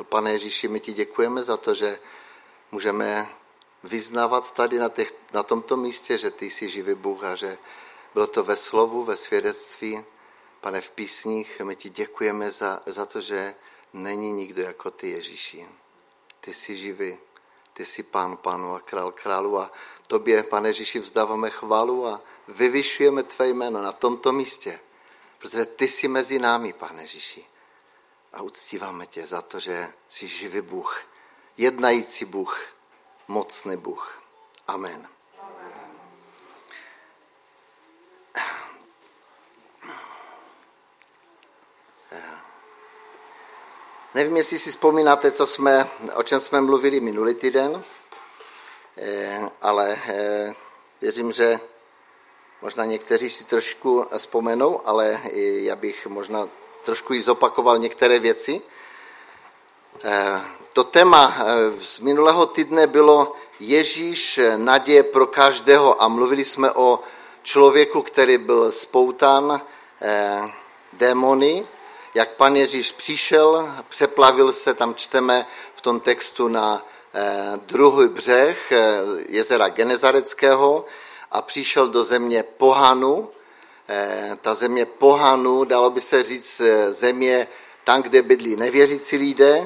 řekl: Pane Ježíši, my ti děkujeme za to, že můžeme vyznávat tady na tomto místě, že ty jsi živý Bůh a že bylo to ve slovu, ve svědectví, Pane, v písních. My ti děkujeme za to, že není nikdo jako ty, Ježíši. Ty jsi živý, ty jsi Pán pánů a král králů a tobě, Pane Ježíši, vzdáváme chválu a vyvyšujeme tvé jméno na tomto místě, protože ty jsi mezi námi, Pane Ježíši. A uctíváme tě za to, že jsi živý Bůh, jednající Bůh, mocný Bůh. Amen. Nevím, jestli si vzpomínáte, o čem jsme mluvili minulý týden, ale věřím, že možná někteří si trošku vzpomenou, ale já bych možná trošku i zopakoval některé věci. To téma z minulého týdne bylo Ježíš, naděje pro každého, a mluvili jsme o člověku, který byl spoután démony, jak Pan Ježíš přišel, přeplavil se, tam čteme v tom textu, na druhý břeh jezera Genezareckého a přišel do země pohanů. Ta země pohanů, dalo by se říct, země tam, kde bydlí nevěřící lidé,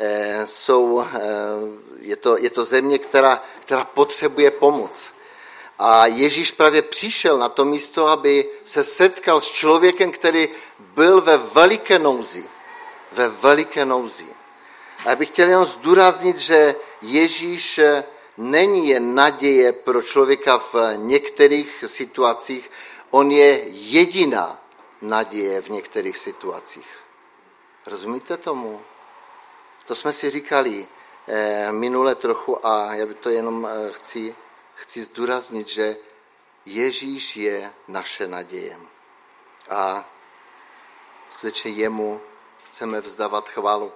je to země, která potřebuje pomoc. A Ježíš právě přišel na to místo, aby se setkal s člověkem, který byl ve veliké nouzi. Ve veliké nouzi. A já bych chtěl jenom zdůraznit, že Ježíš není jen naděje pro člověka v některých situacích, on je jediná naděje v některých situacích. Rozumíte tomu? To jsme si říkali minule trochu a já to jenom chci zdůraznit, že Ježíš je naše naděje. A skutečně jemu chceme vzdávat chválu.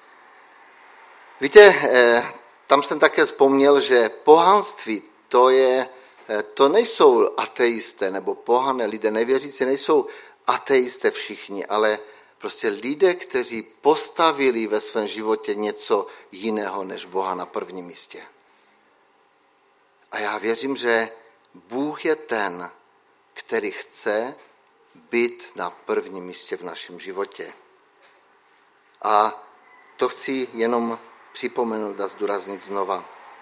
Víte, tam jsem také vzpomněl, že pohanství to nejsou ateisté, nebo pohané lidé, nevěřící, nejsou ateisté všichni, ale prostě lidé, kteří postavili ve svém životě něco jiného než Boha na prvním místě. A já věřím, že Bůh je ten, který chce být na prvním místě v našem životě. A to chci jenom připomenout a zdůraznit znova.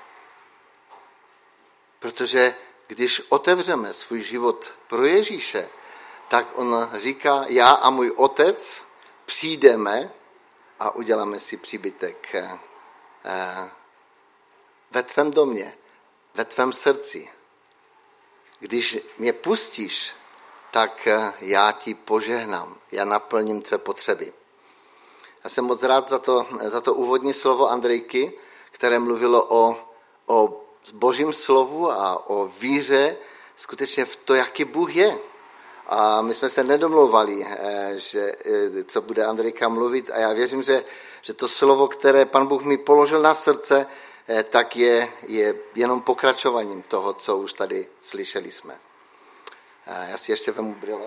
Protože když otevřeme svůj život pro Ježíše, tak on říká: já a můj otec přijdeme a uděláme si příbytek ve tvém domě, ve tvém srdci. Když mě pustíš, tak já ti požehnám, já naplním tvé potřeby. Já jsem moc rád za to úvodní slovo Andrejky, které mluvilo o Božím slovu a o víře skutečně v to, jaký Bůh je. A my jsme se nedomlouvali, co bude Andrejka mluvit, a já věřím, že to slovo, které Pan Bůh mi položil na srdce, tak je jenom pokračováním toho, co už tady slyšeli jsme. Já si ještě vemu brýle.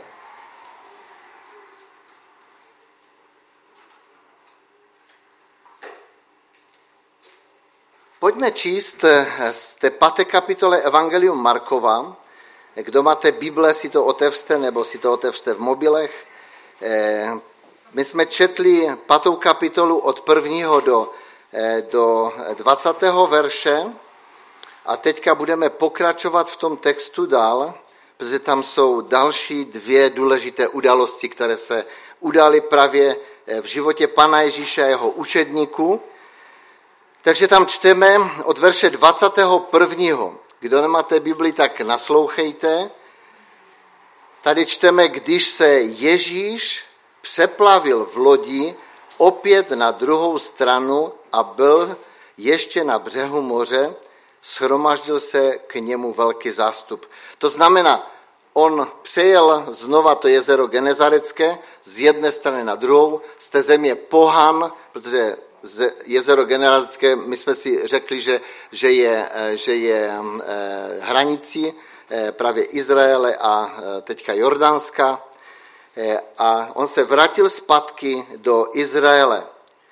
Pojďme číst z té 5. kapitole Evangelium Markova. Kdo máte Bible, si to otevřte, nebo si to otevřte v mobilech. My jsme četli 5. kapitolu od 1. do 20. verše a teďka budeme pokračovat v tom textu dál, protože tam jsou další 2 důležité události, které se udály právě v životě Pana Ježíše a jeho učedníků. Takže tam čteme od verše 21. Kdo nemáte Bibli, tak naslouchejte. Tady čteme: když se Ježíš přeplavil v lodi opět na druhou stranu a byl ještě na břehu moře, shromaždil se k němu velký zástup. To znamená, on přejel znova to jezero Genezarecké z jedné strany na druhou, z té země pohan, protože jezero Genezarecké, my jsme si řekli, že je hranicí právě Izraele a teďka Jordánska. A on se vrátil zpátky do Izraele.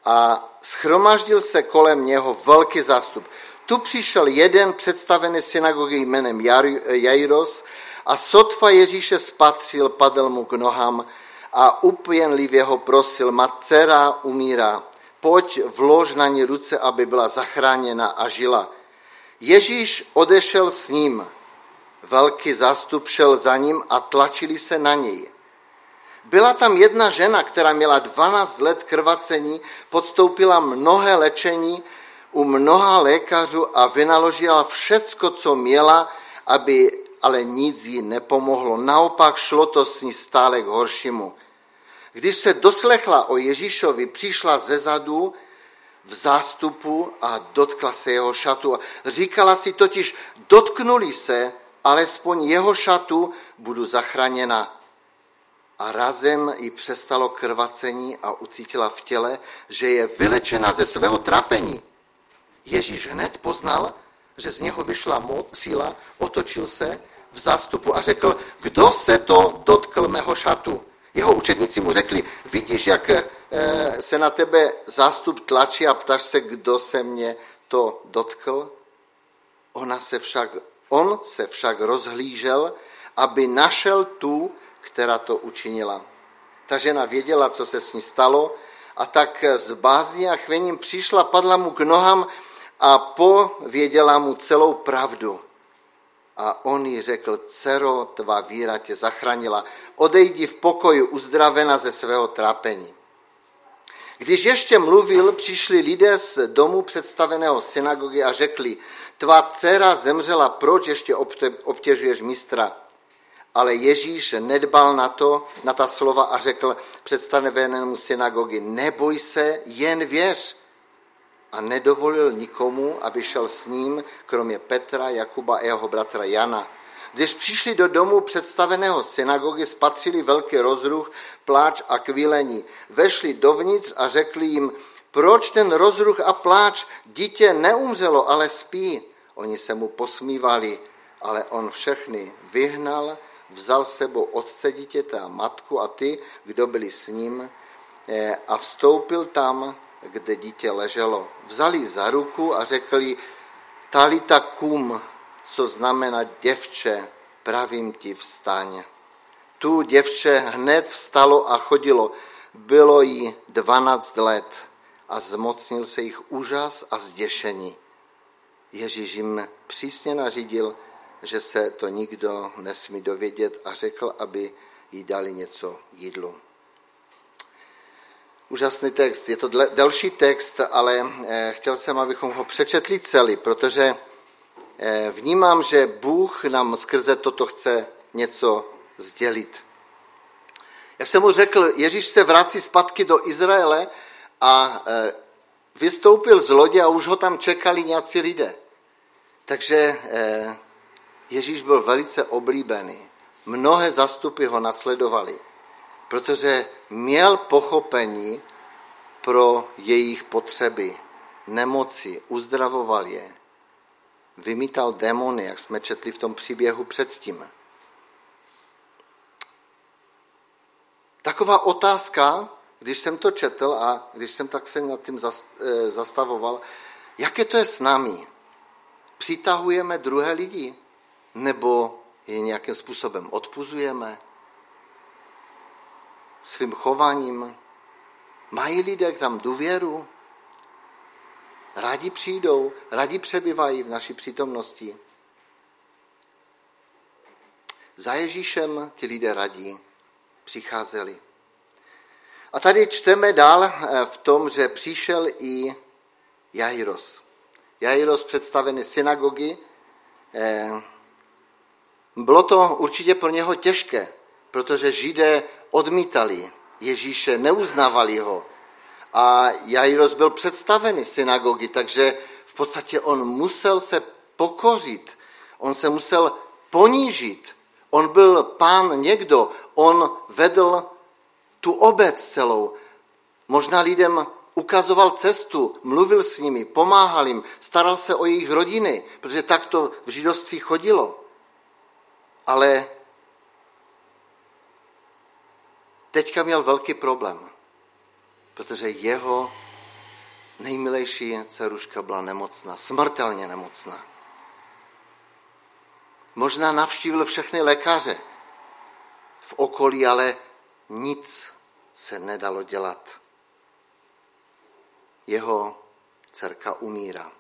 a schromáždil se kolem něho velký zástup. Tu přišel jeden představený synagogy jménem Jairos a sotva Ježíše spatřil, padl mu k nohám a úpěnlivě ho prosil: má dcera umírá, pojď, vlož na ní ruce, aby byla zachráněna a žila. Ježíš odešel s ním. Velký zástup šel za ním a tlačili se na něj. Byla tam jedna žena, která měla 12 let krvacení, podstoupila mnohé léčení u mnoha lékařů a vynaložila všecko, co měla, ale nic jí nepomohlo. Naopak šlo to s ní stále k horšímu. Když se doslechla o Ježíšovi, přišla zezadu v zástupu a dotkla se jeho šatu. Říkala si totiž: dotknuli se alespoň jeho šatu, budu zachráněna. A razem jí přestalo krvacení a ucítila v těle, že je vylečena ze svého trápení. Ježíš hned poznal, že z něho vyšla síla, otočil se v zástupu a řekl: kdo se to dotkl mého šatu? Jeho učedníci mu řekli: vidíš, jak se na tebe zástup tlačí a ptáš se, kdo se mě to dotkl? On se však rozhlížel, aby našel tu, která to učinila. Ta žena věděla, co se s ní stalo, a tak s bázní a chvěním přišla, padla mu k nohám a pověděla mu celou pravdu. A on jí řekl: dcero, tvá víra tě zachránila, odejdi v pokoji uzdravena ze svého trápení. Když ještě mluvil, přišli lidé z domu představeného synagogy a řekli: tvá dcera zemřela, proč ještě obtěžuješ mistra? Ale Ježíš nedbal na ta slova a řekl představenému synagogy: neboj se, jen věř. A nedovolil nikomu, aby šel s ním, kromě Petra, Jakuba a jeho bratra Jana. Když přišli do domu představeného synagogy, spatřili velký rozruch, pláč a kvílení. Vešli dovnitř a řekli jim: proč ten rozruch a pláč? Dítě neumřelo, ale spí. Oni se mu posmívali, ale on všechny vyhnal, vzal s sebou otce dítěte a matku a ty, kdo byli s ním, a vstoupil tam, kde dítě leželo. Vzali za ruku a řekli: talita kum, co znamená děvče, pravím ti, vstaň. Tu děvče hned vstalo a chodilo. Bylo jí 12 let a zmocnil se jich úžas a zděšení. Ježíš jim přísně nařídil, že se to nikdo nesmí dovědět, a řekl, aby jí dali něco k jídlu. Úžasný text, je to delší text, ale chtěl jsem, abychom ho přečetli celý, protože vnímám, že Bůh nám skrze toto chce něco sdělit. Jak jsem mu řekl, Ježíš se vrací zpátky do Izraele a vystoupil z lodě a už ho tam čekali nějací lidé. Takže Ježíš byl velice oblíbený. Mnohé zastupy ho nasledovali, protože měl pochopení pro jejich potřeby, nemoci, uzdravoval je. Vymítal démony, jak jsme četli v tom příběhu předtím. Taková otázka, když jsem to četl a když jsem tak se nad tím zastavoval, jaké to je s námi? Přitahujeme druhé lidi? Nebo je nějakým způsobem odpuzujeme? Svým chováním? Mají lidé tam důvěru? Rádi přijdou, rádi přebývají v naší přítomnosti. Za Ježíšem ti lidé rádi přicházeli. A tady čteme dál v tom, že přišel i Jairos. Jairos, představený synagogy. Bylo to určitě pro něho těžké, protože Židé odmítali Ježíše, neuznávali ho. A Jairos byl představený synagogy, takže v podstatě on musel se pokořit, on se musel ponížit. On byl pán někdo, on vedl tu obec celou. Možná lidem ukazoval cestu, mluvil s nimi, pomáhal jim, staral se o jejich rodiny, protože tak to v židovství chodilo. Ale teďka měl velký problém, protože jeho nejmilejší dceruška byla nemocná, smrtelně nemocná. Možná navštívil všechny lékaře v okolí, ale nic se nedalo dělat. Jeho dcerka umírá.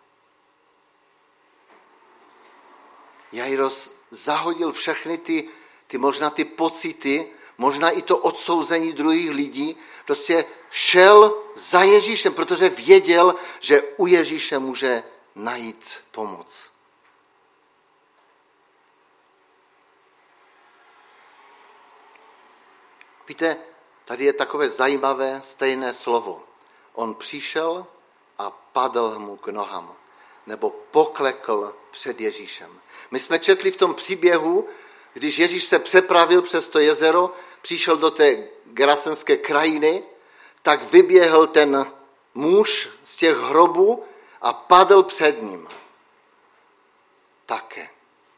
Jairus zahodil všechny ty možná ty pocity, možná i to odsouzení druhých lidí, prostě šel za Ježíšem, protože věděl, že u Ježíše může najít pomoc. Víte, tady je takové zajímavé stejné slovo. On přišel a padl mu k nohám, nebo poklekl před Ježíšem. My jsme četli v tom příběhu, když Ježíš se přepravil přes to jezero, přišel do té gerasenské krajiny, tak vyběhl ten muž z těch hrobů a padl před ním. Také.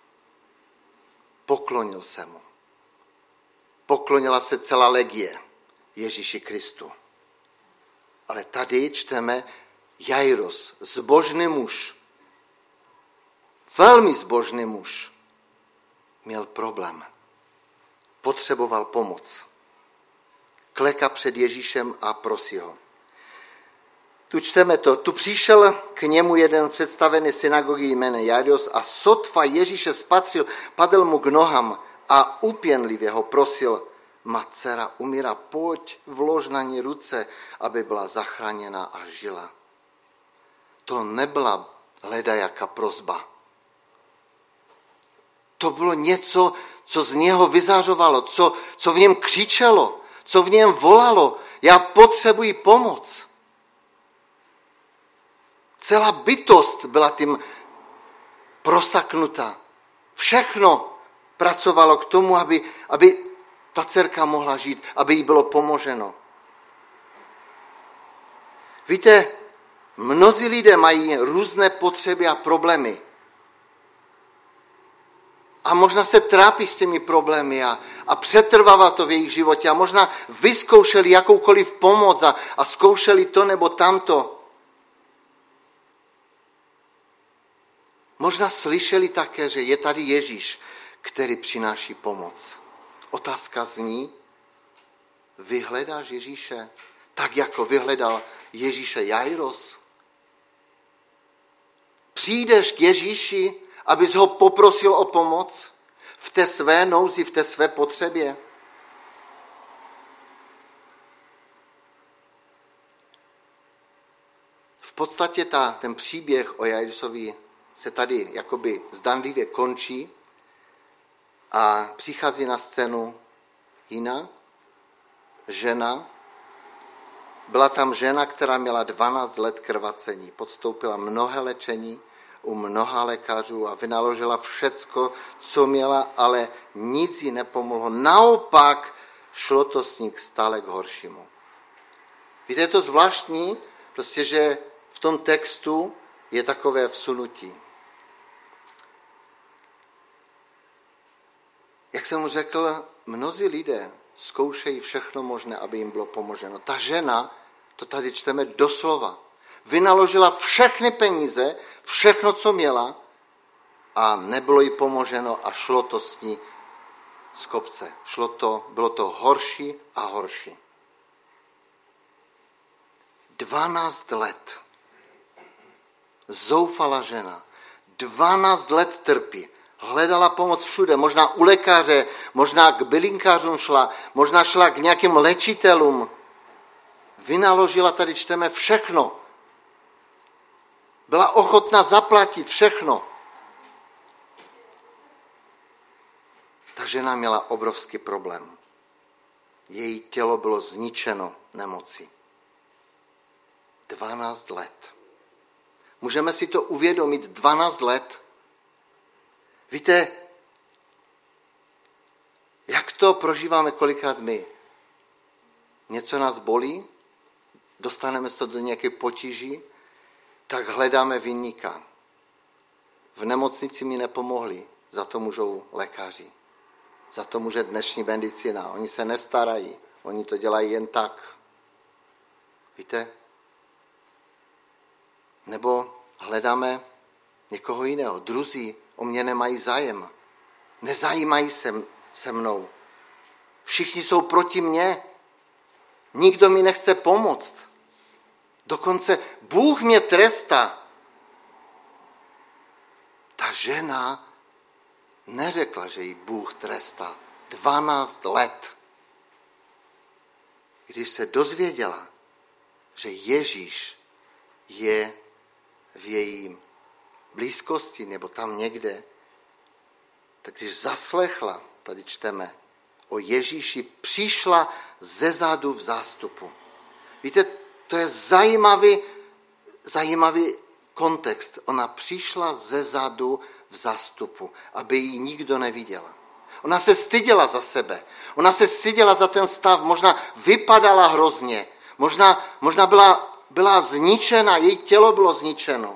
Poklonil se mu. Poklonila se celá legie Ježíši Kristu. Ale tady čteme Jairus, zbožný muž, velmi zbožný muž, měl problém. Potřeboval pomoc. Kleká před Ježíšem a prosí ho. Tu čteme to. Tu přišel k němu jeden představený synagogy jménem Jairus a sotva Ježíše spatřil, padl mu k nohám a úpěnlivě ho prosil: má dcera umírá, pojď, vlož na ní ruce, aby byla zachráněna a žila. To nebyla ledajaká prosba. To bylo něco, co z něho vyzařovalo, co v něm křičelo, co v něm volalo. Já potřebuji pomoc. Celá bytost byla tím prosaknuta. Všechno pracovalo k tomu, aby ta dcerka mohla žít, aby jí bylo pomoženo. Víte, mnozí lidé mají různé potřeby a problémy. A možná se trápí s těmi problémy a přetrvává to v jejich životě. A možná vyzkoušeli jakoukoliv pomoc a zkoušeli to nebo tamto. Možná slyšeli také, že je tady Ježíš, který přináší pomoc. Otázka zní: vyhledáš Ježíše tak, jako vyhledal Ježíše Jairus? Přijdeš k Ježíši, abys ho poprosil o pomoc v té své nouzi, v té své potřebě? V podstatě ten příběh o Jairusovi se tady jakoby zdanlivě končí a přichází na scénu jiná žena. Byla tam žena, která měla 12 let krvacení, podstoupila mnohé léčení u mnoha lékařů a vynaložila všecko, co měla, ale nic jí nepomohlo. Naopak šlo to s ní stále k horšímu. Víte, je to zvláštní, prostě, že v tom textu je takové vsunutí. Jak jsem mu řekl, mnozí lidé zkoušejí všechno možné, aby jim bylo pomoženo. Ta žena, to tady čteme doslova, vynaložila všechny peníze, všechno, co měla, a nebylo jí pomoženo a šlo to s ní z kopce. Bylo to horší a horší. 12 let. Zoufalá žena. 12 let trpí. Hledala pomoc všude, možná u lékaře, možná k bylinkářům šla, možná šla k nějakým léčitelům. Vynaložila, tady čteme, všechno. Byla ochotná zaplatit všechno. Ta žena měla obrovský problém. Její tělo bylo zničeno nemocí. 12 let. Můžeme si to uvědomit, 12 let. Víte, jak to prožíváme kolikrát my? Něco nás bolí, dostaneme se do nějaké potíží, tak hledáme viníka. V nemocnici mi nepomohli, za to můžou lékaři. Za to může dnešní medicína. Oni se nestarají, oni to dělají jen tak. Víte? Nebo hledáme někoho jiného. Druzí o mě nemají zájem. Nezajímají se mnou. Všichni jsou proti mně. Nikdo mi nechce pomoct. Dokonce Bůh mě trestá. Ta žena neřekla, že ji Bůh trestá 12 let. Když se dozvěděla, že Ježíš je v jejím blízkosti nebo tam někde, tak když zaslechla, tady čteme, o Ježíši, přišla zezadu v zástupu. Víte, to je zajímavý kontext. Ona přišla zezadu v zástupu, aby ji nikdo neviděl. Ona se styděla za sebe. Ona se styděla za ten stav. Možná vypadala hrozně. Možná byla zničena, její tělo bylo zničeno.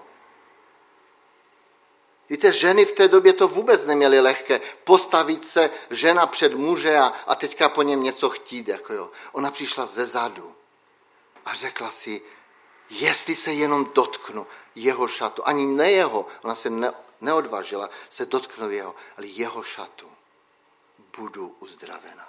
Víte, ženy v té době to vůbec neměly lehké. Postavit se žena před muže a teďka po něm něco chtít. Jako jo. Ona přišla zezadu a řekla si, jestli se jenom dotknu jeho šatu, ani ne jeho, ona se neodvážila se dotknout jeho, ale jeho šatu, budu uzdravena.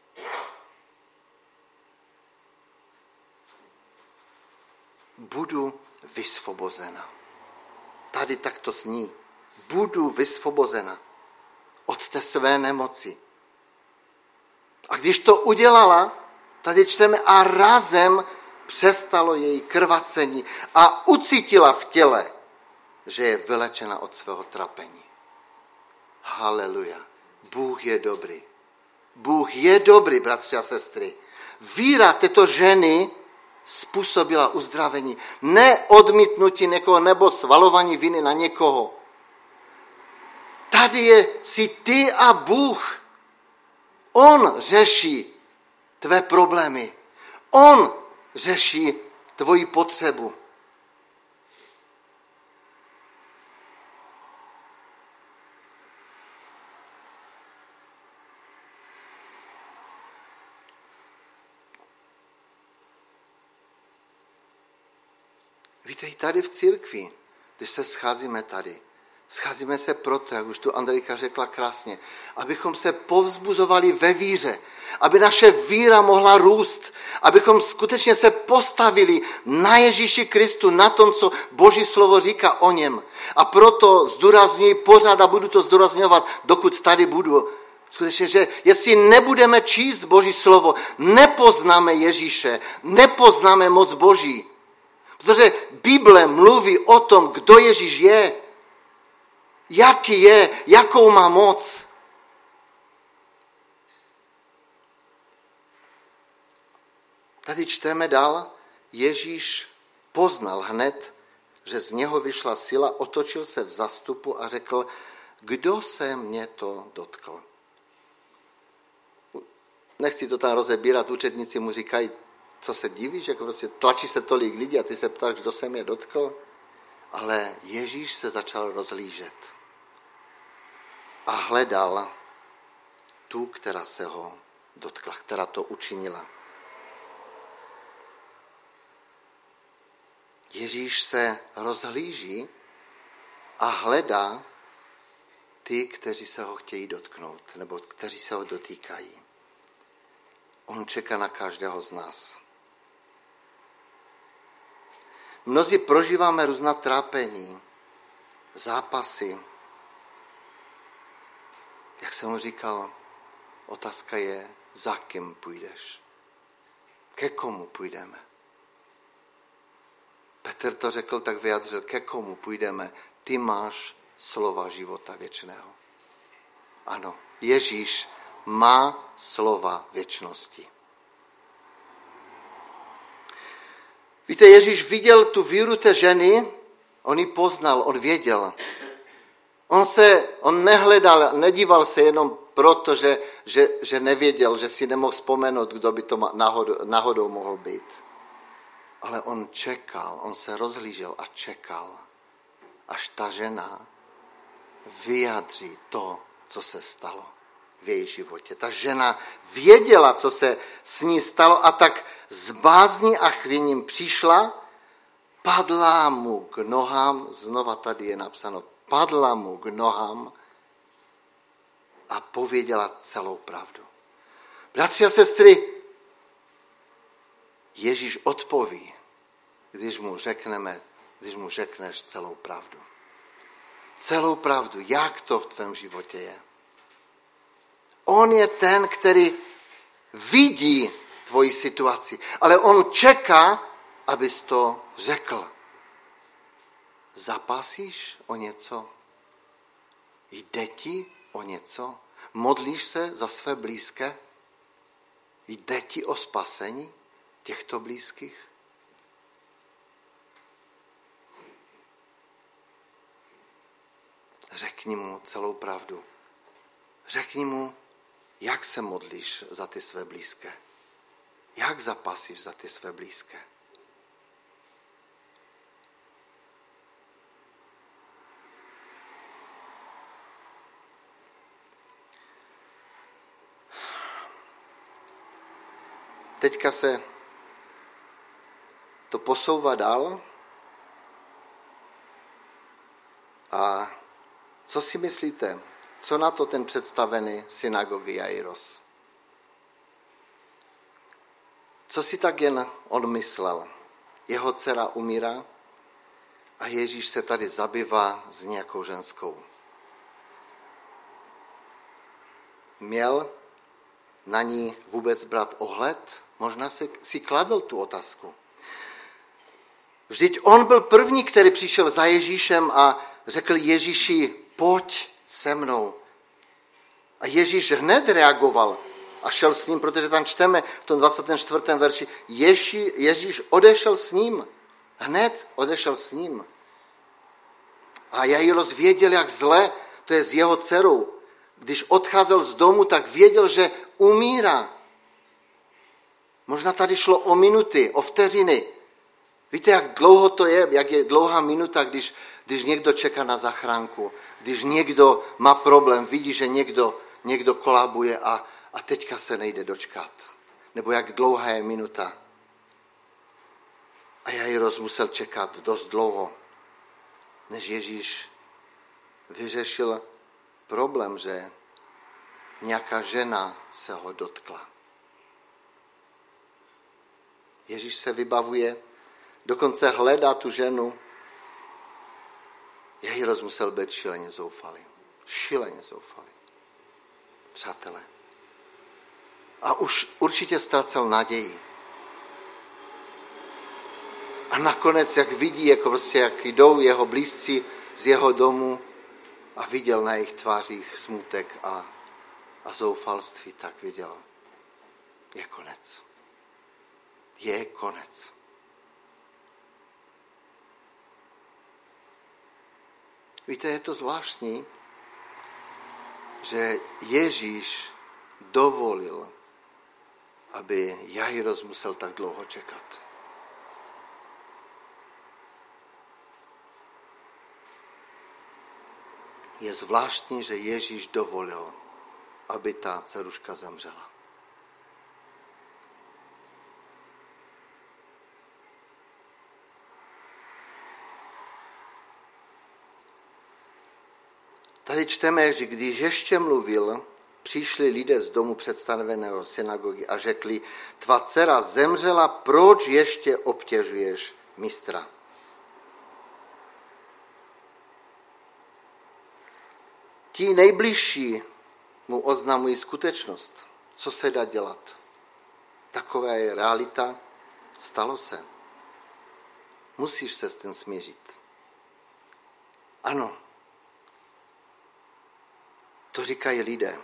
Budu vysvobozena. Tady tak to zní. Budu vysvobozena od té své nemoci. A když to udělala, tady čteme, a razem přestalo její krvacení a ucítila v těle, že je vylečena od svého trapení. Haleluja. Bůh je dobrý. Bůh je dobrý, bratři a sestry. Víra této ženy způsobila uzdravení. Ne odmítnutí někoho nebo svalování viny na někoho. Tady jsi ty a Bůh. On řeší tvé problémy. On řeší tvoji potřebu. Víte, i tady v církvi, když se scházíme tady, scházíme se proto, jak už tu Andrejka řekla krásně, abychom se povzbuzovali ve víře, aby naše víra mohla růst, abychom skutečně se postavili na Ježíši Kristu, na tom, co Boží slovo říká o něm. A proto zdůrazňuji pořád a budu to zdůrazňovat, dokud tady budu. Skutečně, že jestli nebudeme číst Boží slovo, nepoznáme Ježíše, nepoznáme moc Boží. Protože Bible mluví o tom, kdo Ježíš je, jaký je, jakou má moc. Tady čteme dál, Ježíš poznal hned, že z něho vyšla síla, otočil se v zastupu a řekl, kdo se mě to dotkl. Nechci to tam rozebírat, učedníci mu říkají, co se divíš, jako prostě tlačí se tolik lidí a ty se ptáš, kdo se mě dotkl. Ale Ježíš se začal rozhlížet a hledal tu, která se ho dotkla, která to učinila. Ježíš se rozhlíží a hledá ty, kteří se ho chtějí dotknout, nebo kteří se ho dotýkají. On čeká na každého z nás. Mnozí prožíváme různá trápení, zápasy. Jak jsem mu říkal, otázka je, za kým půjdeš. Ke komu půjdeme? Petr to řekl, tak vyjádřil, ke komu půjdeme. Ty máš slova života věčného. Ano, Ježíš má slova věčnosti. Víte, Ježíš viděl tu víru té ženy, on ji poznal, on věděl. On nehledal, nedíval se jenom proto, že nevěděl, že si nemohl vzpomenout, kdo by to náhodou mohl být. Ale on čekal, on se rozhlížel a čekal, až ta žena vyjádří to, co se stalo v její životě. Ta žena věděla, co se s ní stalo a tak s bázní a chvěním přišla padla mu k nohám, znova tady je napsáno, padla mu k nohám a pověděla celou pravdu. Bratři a sestry, Ježíš odpoví, když mu řekneš celou pravdu. Celou pravdu, jak to v tvém životě je. On je ten, který vidí tvoji situaci, ale on čeká, abys to řekl. Zapasíš o něco? Jde ti o něco? Modlíš se za své blízké? Jde ti o spasení těchto blízkých? Řekni mu celou pravdu. Řekni mu, jak se modlíš za ty své blízké. Jak zapasíš za ty své blízké. Teďka se to posouvá dál. A co si myslíte? Co na to ten představený synagogy Jairos? Co si tak jen on myslel? Jeho dcera umírá a Ježíš se tady zabývá s nějakou ženskou. Měl na ní vůbec brát ohled? Možná si kladl tu otázku. Vždyť on byl první, který přišel za Ježíšem a řekl Ježíši, pojď se mnou. A Ježíš hned reagoval a šel s ním, protože tam čteme v tom 24. verši, Ježíš odešel s ním. Hned odešel s ním. A Jairos věděl, jak zle to je s jeho dcerou. Když odcházel z domu, tak věděl, že umírá. Možná tady šlo o minuty, o vteřiny. Víte, jak dlouho to je, jak je dlouhá minuta, když někdo čeká na zachránku, když někdo má problém, vidí, že někdo kolabuje a teďka se nejde dočkat. Nebo jak dlouhá je minuta. A Jairos musel čekat dost dlouho, než Ježíš vyřešil problém, že nějaká žena se ho dotkla. Ježíš se vybavuje, dokonce hledá tu ženu. Jairos musel být šíleně zoufalý. Šíleně zoufalý. Přátelé. A už určitě ztrácel naději. A nakonec, jak vidí, jak jdou jeho blízci z jeho domu a viděl na jejich tvářích smutek a zoufalství, tak viděl, je konec. Je konec. Víte, je to zvláštní, že Ježíš dovolil, aby Jairos musel tak dlouho čekat. Je zvláštní, že Ježíš dovolil, aby ta dceruška zemřela. Tady čteme, že když ještě mluvil, přišli lidé z domu představeného synagogy a řekli, tvá dcera zemřela, proč ještě obtěžuješ mistra? Ti nejbližší mu oznamují skutečnost. Co se dá dělat? Taková je realita. Stalo se. Musíš se s tím smířit. Ano. To říkají lidé.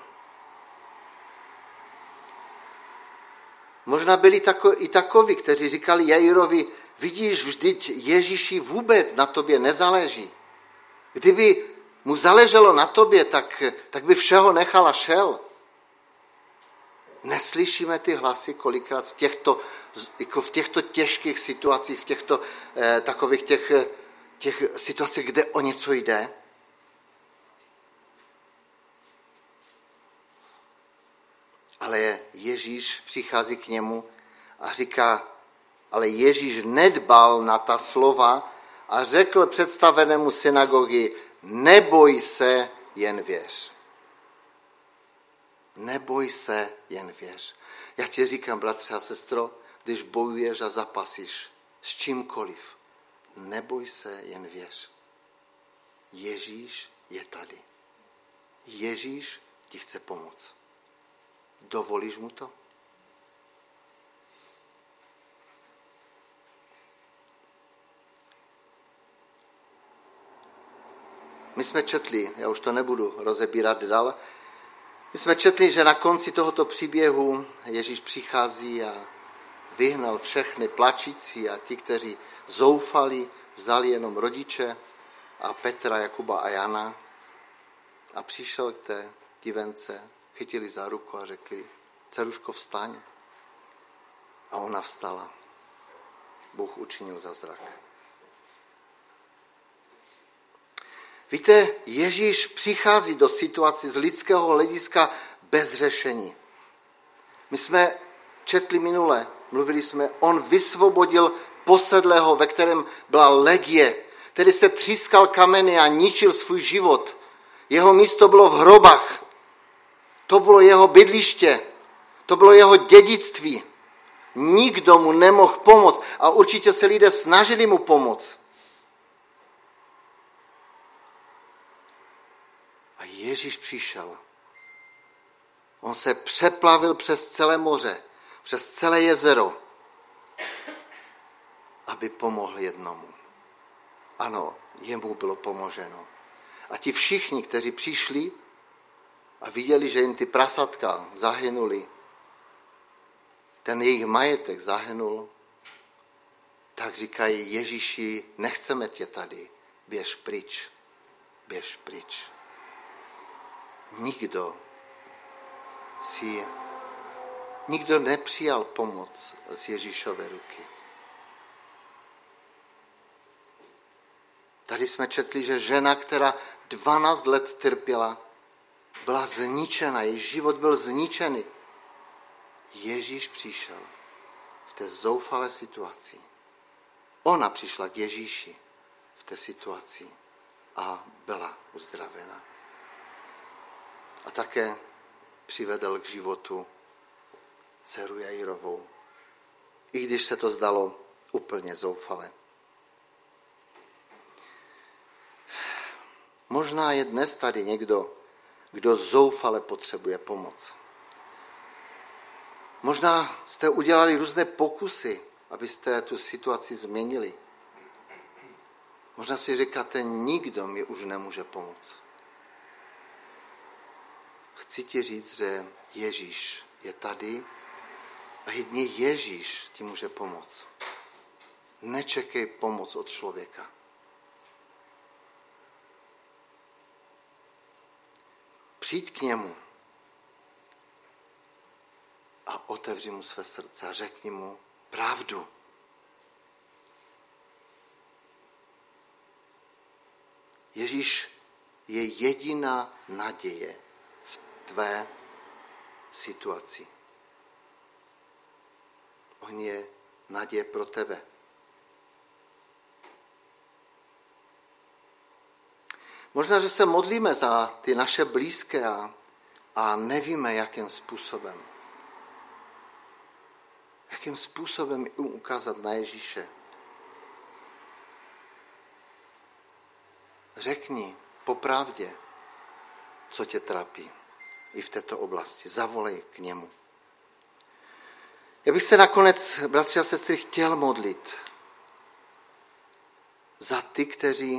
Možná byli i takoví, kteří říkali Jairovi, vidíš, vždyť Ježíši vůbec na tobě nezáleží. Kdyby mu záleželo na tobě, tak by všeho nechal a šel. Neslyšíme ty hlasy kolikrát v těchto těžkých situacích, v těchto takových těch situacích, kde o něco jde? Ale Ježíš přichází k němu a říká, ale Ježíš nedbal na ta slova a řekl představenému synagogy, neboj se, jen věř. Neboj se, jen věř. Já ti říkám, bratře a sestro, když bojuješ a zapasíš s čímkoliv, neboj se, jen věř. Ježíš je tady. Ježíš ti chce pomoct. Dovolíš mu to? My jsme četli, já už to nebudu rozebírat dál, my jsme četli, že na konci tohoto příběhu Ježíš přichází a vyhnal všechny plačící a ti, kteří zoufali, vzali jenom rodiče a Petra, Jakuba a Jana a přišel k té divence, chytili za ruku a řekli, dceruško, vstaň. A ona vstala. Bůh učinil zázrak. Víte, Ježíš přichází do situace z lidského hlediska bez řešení. My jsme četli minule, mluvili jsme, on vysvobodil posedlého, ve kterém byla legie, který se třískal kameny a ničil svůj život. Jeho místo bylo v hrobách. To bylo jeho bydliště. To bylo jeho dědictví. Nikdo mu nemohl pomoct a určitě se lidé snažili mu pomoct. A Ježíš přišel. On se přeplavil přes celé moře, přes celé jezero, aby pomohl jednomu. Ano, jemu bylo pomoženo. A ti všichni, kteří přišli a viděli, že jim ty prasatka zahynuli, ten jejich majetek zahynul, tak říkají, Ježíši, nechceme tě tady, běž pryč, běž pryč. Nikdo nepřijal pomoc z Ježíšové ruky. Tady jsme četli, že žena, která 12 let trpěla, byla zničena, její život byl zničený. Ježíš přišel v té zoufalé situaci. Ona přišla k Ježíši v té situaci a byla uzdravena. A také přivedl k životu dceru Jairovou, i když se to zdalo úplně zoufale. Možná je dnes tady někdo, kdo zoufale potřebuje pomoc. Možná jste udělali různé pokusy, abyste tu situaci změnili. Možná si říkáte, nikdo mi už nemůže pomoct. Chci ti říct, že Ježíš je tady a jedině Ježíš ti může pomoct. Nečekej pomoc od člověka. Přijď k němu a otevři mu své srdce a řekni mu pravdu. Ježíš je jediná naděje v tvé situaci. On je naděje pro tebe. Možná, že se modlíme za ty naše blízké a nevíme, jakým způsobem. Jakým způsobem jim ukázat na Ježíše. Řekni popravdě, co tě trápí i v této oblasti. Zavolej k němu. Já bych se nakonec, bratři a sestry, chtěl modlit za ty, kteří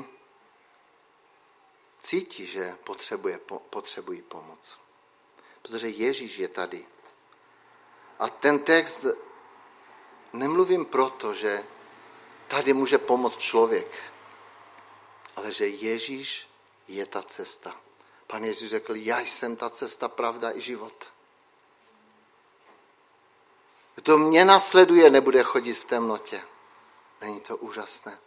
cítí, že potřebují pomoc. Protože Ježíš je tady. A ten text nemluvím proto, že tady může pomoct člověk, ale že Ježíš je ta cesta. Pan Ježíš řekl, já jsem ta cesta, pravda i život. Kdo mě nasleduje, nebude chodit v temnotě. Není to úžasné?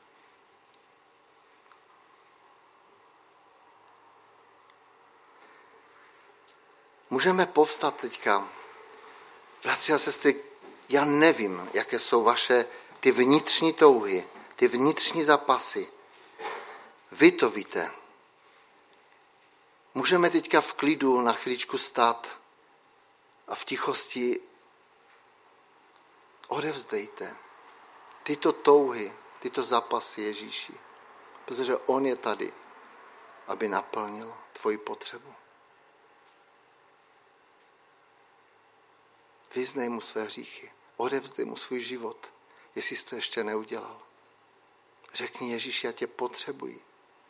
Můžeme povstat teďka. Bratři a sestry, já nevím, jaké jsou vaše ty vnitřní touhy, ty vnitřní zápasy. Vy to víte. Můžeme teďka v klidu na chvíličku stát a v tichosti odevzdejte tyto touhy, tyto zápasy Ježíši, protože on je tady, aby naplnil tvoji potřebu. Vyznej mu své hříchy, odevzdej mu svůj život, jestli jsi to ještě neudělal. Řekni Ježíši, já tě potřebuji.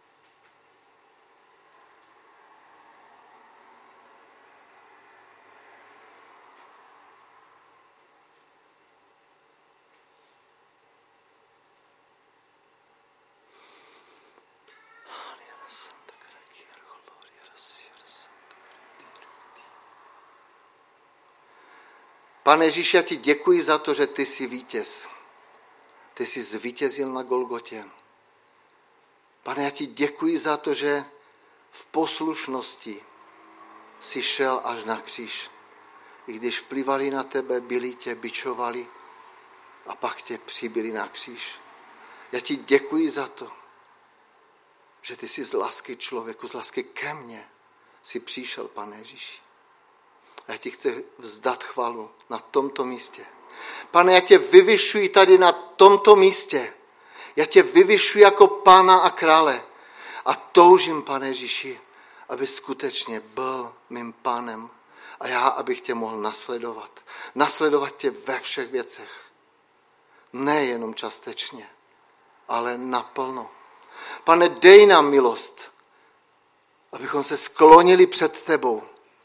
Pane Ježíši, já ti děkuji za to, že ty jsi vítěz. Ty jsi zvítězil na Golgotě. Pane, já ti děkuji za to, že v poslušnosti jsi šel až na kříž. I když plivali na tebe, byli tě, bičovali a pak tě přibili na kříž. Já ti děkuji za to, že ty jsi z lásky člověku, z lásky ke mně jsi přišel, Pane Ježíši. Já ti chci vzdat chvalu na tomto místě. Pane, já tě vyvyšuji tady na tomto místě. Já tě vyvyšuji jako Pána a Krále. A toužím, Pane Ježíši, aby skutečně byl mým Pánem. A já, abych tě mohl nasledovat. Nasledovat tě ve všech věcech. Nejenom částečně, ale naplno. Pane, dej nám milost, abychom se sklonili před tebou.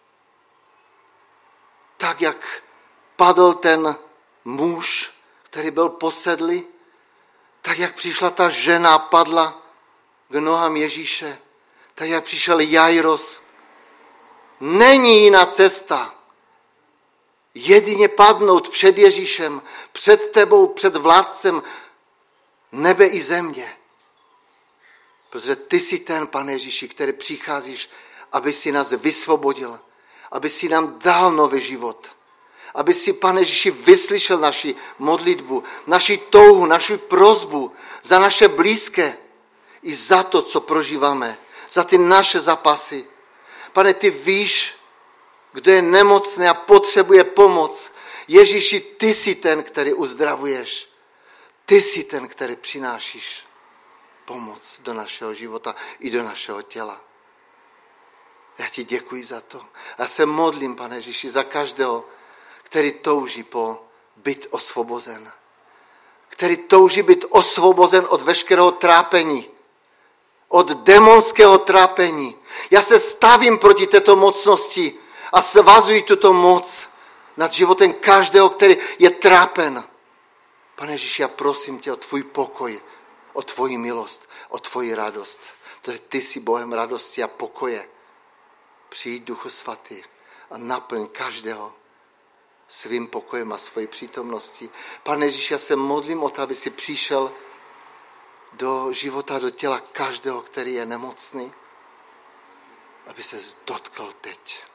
Tak, jak padl ten muž, který byl posedlý, tak, jak přišla ta žena, padla k nohám Ježíše, tak, jak přišel Jairos. Není jiná cesta. Jedině padnout před Ježíšem, před tebou, před vládcem nebe i země. Protože ty jsi ten, Pane Ježíši, který přicházíš, aby si nás vysvobodil, aby si nám dal nový život. Aby si, Pane Ježíši, vyslyšel naši modlitbu, naši touhu, naši prosbu za naše blízké i za to, co prožíváme, za ty naše zápasy. Pane, ty víš, kdo je nemocný a potřebuje pomoc. Ježíši, ty jsi ten, který uzdravuješ. Ty jsi ten, který přinášíš pomoc do našeho života i do našeho těla. Já ti děkuji za to. Já se modlím, Pane Ježíši, za každého, který touží po být osvobozen. Který touží být osvobozen od veškerého trápení. Od démonského trápení. Já se stavím proti této mocnosti a svazuji tuto moc nad životem každého, který je trápen. Pane Ježíši, já prosím tě o tvůj pokoj, o tvoji milost, o tvoji radost. Protože ty jsi Bohem radosti a pokoje. Přijď, Duchu Svatý, a naplň každého svým pokojem a svojí přítomností. Pane Ježíši, já se modlím o to, aby si přišel do života, do těla každého, který je nemocný, aby se dotkl teď.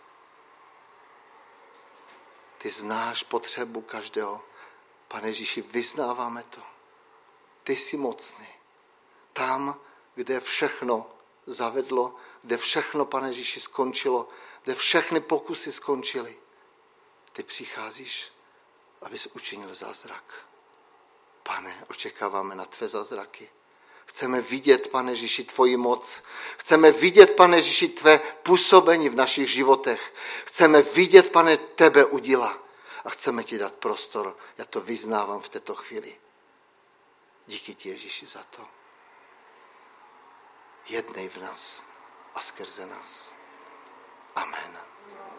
Ty znáš potřebu každého. Pane Ježíši, vyznáváme to. Ty jsi mocný. Tam, kde všechno zavedlo, kde všechno, Pane Ježíši, skončilo, kde všechny pokusy skončily. Ty přicházíš, abys učinil zázrak. Pane, očekáváme na tvé zázraky. Chceme vidět, Pane Ježíši, tvoji moc. Chceme vidět, Pane Ježíši, tvé působení v našich životech. Chceme vidět, Pane, tebe udíla. A chceme ti dát prostor. Já to vyznávám v této chvíli. Díky ti, Ježíši, za to. Jednej v nás a skrze nás. Amen.